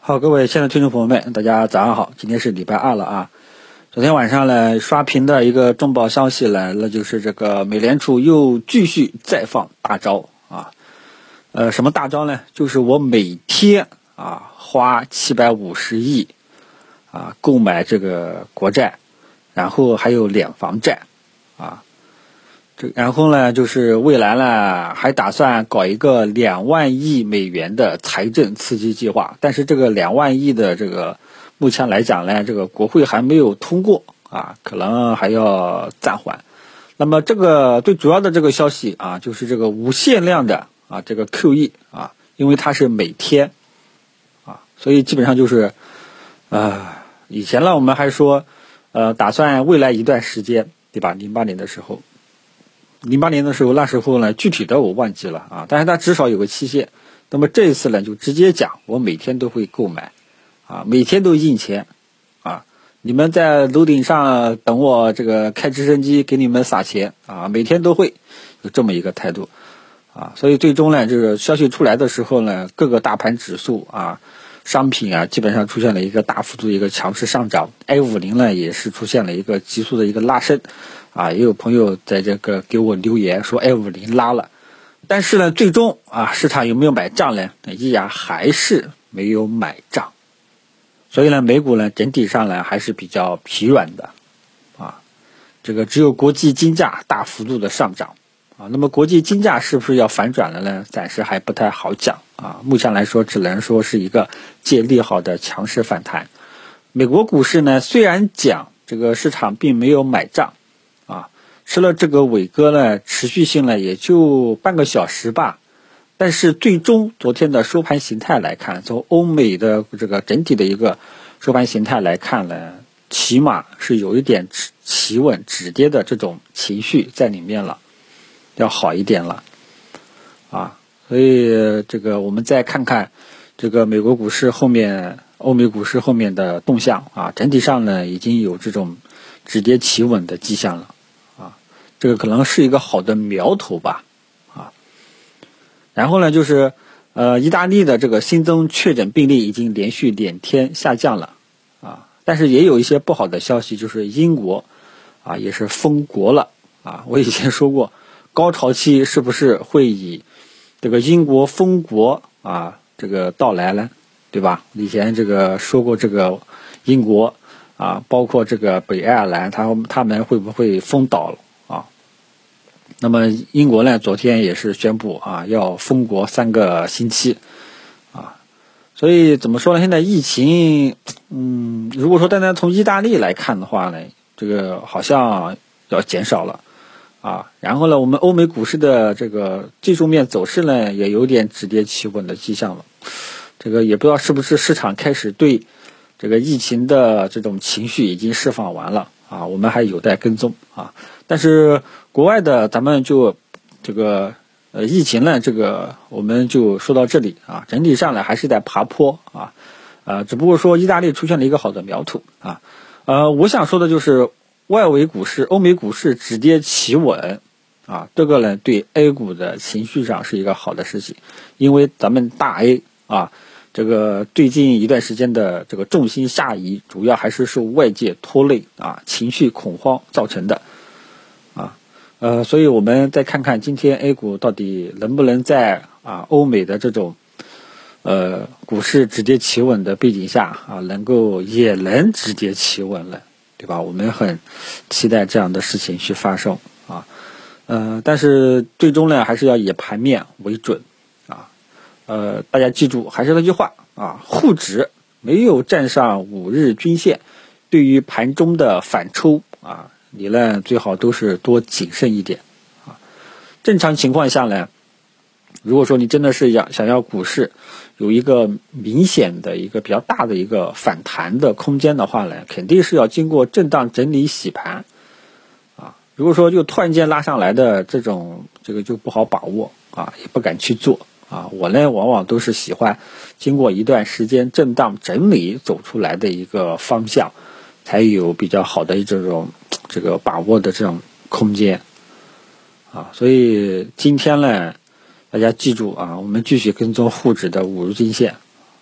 好，各位亲爱的听众朋友们，大家早上好，今天是礼拜二了啊。昨天晚上呢，刷屏的一个重磅消息来了，就是这个美联储又继续再放大招啊。什么大招呢？就是我每天花750亿购买这个国债，然后还有2房债啊。然后呢，就是未来呢还打算搞一个2万亿美元的财政刺激计划，但是这个2万亿的这个目前来讲呢，这个国会还没有通过可能还要暂缓。那么这个最主要的这个消息就是这个无限量的这个 QE 因为它是每天所以基本上就是以前呢我们还说打算未来一段时间，对吧？08年的时候，那时候呢，具体的我忘记了但是它至少有个期限。那么这一次呢，就直接讲，我每天都会购买每天都印钱你们在楼顶上等我这个开直升机给你们撒钱每天都会有这么一个态度所以最终呢，这个消息出来的时候呢，各个大盘指数商品基本上出现了一个大幅度一个强势上涨，A50呢也是出现了一个急速的一个拉升也有朋友在这个给我留言说 A50拉了，但是呢，最终市场有没有买账呢？依然还是没有买账，所以呢，美股呢整体上呢还是比较疲软的这个只有国际金价大幅度的上涨那么国际金价是不是要反转了呢？暂时还不太好讲目前来说只能说是一个借利好的强势反弹。美国股市呢，虽然讲这个市场并没有买账吃了这个伟哥呢，持续性呢也就半个小时吧，但是最终昨天的收盘形态来看，从欧美的这个整体的一个收盘形态来看呢，起码是有一点企稳止跌的这种情绪在里面了，要好一点了所以这个我们再看看这个美国股市后面欧美股市后面的动向整体上呢已经有这种止跌企稳的迹象了这个可能是一个好的苗头吧然后呢，就是意大利的这个新增确诊病例已经连续2天下降了但是也有一些不好的消息，就是英国也是封国了我以前说过，高潮期是不是会以这个英国封国这个到来呢？对吧？以前这个说过，这个英国包括这个北爱尔兰，他们会不会封岛了那么英国呢，昨天也是宣布要封国3个星期所以怎么说呢？现在疫情如果说单单从意大利来看的话呢，这个好像要减少了然后呢，我们欧美股市的这个技术面走势呢，也有点止跌企稳的迹象了。这个也不知道是不是市场开始对这个疫情的这种情绪已经释放完了我们还有待跟踪但是国外的咱们就这个疫情呢，这个我们就说到这里整体上呢还是在爬坡只不过说意大利出现了一个好的苗头我想说的就是外围股市欧美股市止跌企稳这个呢对 A 股的情绪上是一个好的事情，因为咱们大 A这个最近一段时间的这个重心下移，主要还是受外界拖累情绪恐慌造成的所以我们再看看今天 A 股到底能不能在欧美的这种股市止跌企稳的背景下也能止跌企稳了，对吧？我们很期待这样的事情去发生但是最终呢还是要以盘面为准大家记住还是那句话沪指没有站上5日均线，对于盘中的反抽你呢最好都是多谨慎一点正常情况下呢，如果说你真的是想要股市有一个明显的一个比较大的一个反弹的空间的话呢，肯定是要经过震荡整理洗盘如果说就突然间拉上来的这个就不好把握也不敢去做我呢往往都是喜欢经过一段时间震荡整理走出来的一个方向，才有比较好的这个把握的这种空间所以今天呢大家记住我们继续跟踪沪指的5日均线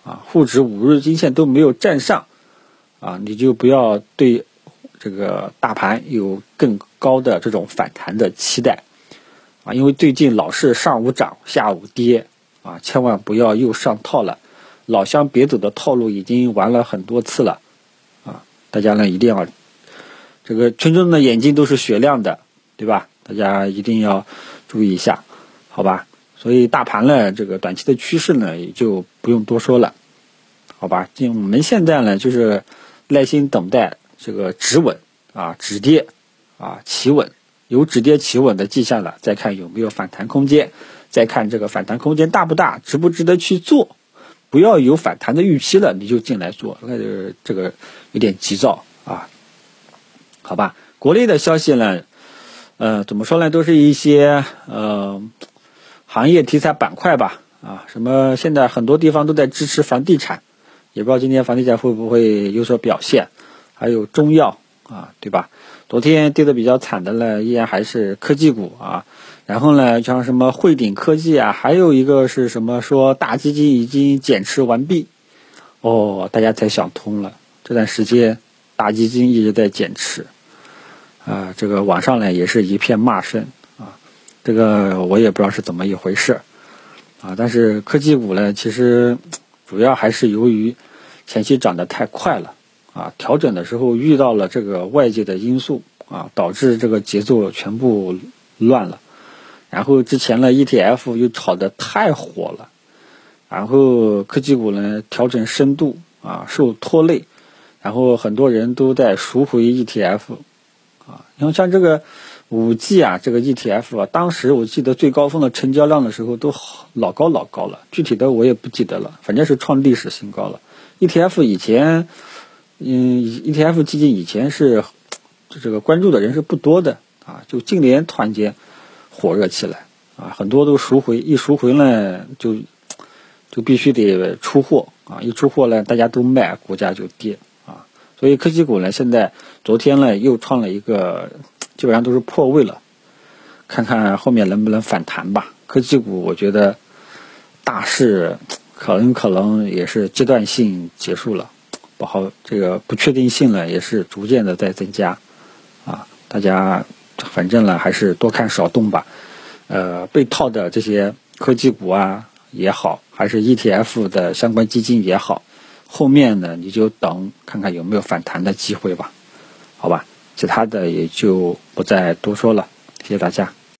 啊，沪指5日均线都没有站上啊，你就不要对这个大盘有更高的这种反弹的期待啊，因为最近老是上午涨下午跌啊，千万不要又上套了，老乡别走的套路已经玩了很多次了啊，大家呢一定要这个群众的眼睛都是雪亮的，对吧？大家一定要注意一下，好吧？所以大盘呢，这个短期的趋势呢，也就不用多说了，好吧？我们现在呢，就是耐心等待这个止稳啊、止跌啊、企稳，有止跌企稳的迹象了，再看有没有反弹空间，再看这个反弹空间大不大，值不值得去做。不要有反弹的预期了，你就进来做，那就是这个有点急躁啊，好吧？国内的消息呢，怎么说呢，都是一些行业题材板块吧，啊，什么现在很多地方都在支持房地产，也不知道今天房地产会不会有所表现，还有中药啊，对吧？昨天跌得比较惨的呢，依然还是科技股啊，然后呢，像什么汇顶科技啊，还有一个是什么说大基金已经减持完毕，哦，大家才想通了，这段时间大基金一直在减持，啊，这个网上呢也是一片骂声啊，这个我也不知道是怎么一回事啊，但是科技股呢，其实主要还是由于前期涨得太快了啊，调整的时候遇到了这个外界的因素啊，导致这个节奏全部乱了。然后之前呢 ETF 又炒得太火了，然后科技股呢调整深度啊受拖累，然后很多人都在赎回 ETF 啊，因为像这个5G 啊这个 ETF 啊，当时我记得最高峰的成交量的时候都老高了，具体的我也不记得了，反正是创历史新高了。ETF 以前ETF 基金以前是这个关注的人是不多的啊，就今年突然间火热起来啊，很多都赎回，一赎回呢就必须得出货啊，一出货呢大家都卖，股价就跌啊，所以科技股呢现在昨天呢又创了一个基本上都是破位了，看看后面能不能反弹吧。科技股我觉得大势可能也是阶段性结束了，不好，这个不确定性呢也是逐渐的在增加啊，大家反正呢还是多看少动吧。被套的这些科技股啊也好，还是 ETF 的相关基金也好，后面呢你就等看看有没有反弹的机会吧，好吧，其他的也就不再多说了，谢谢大家。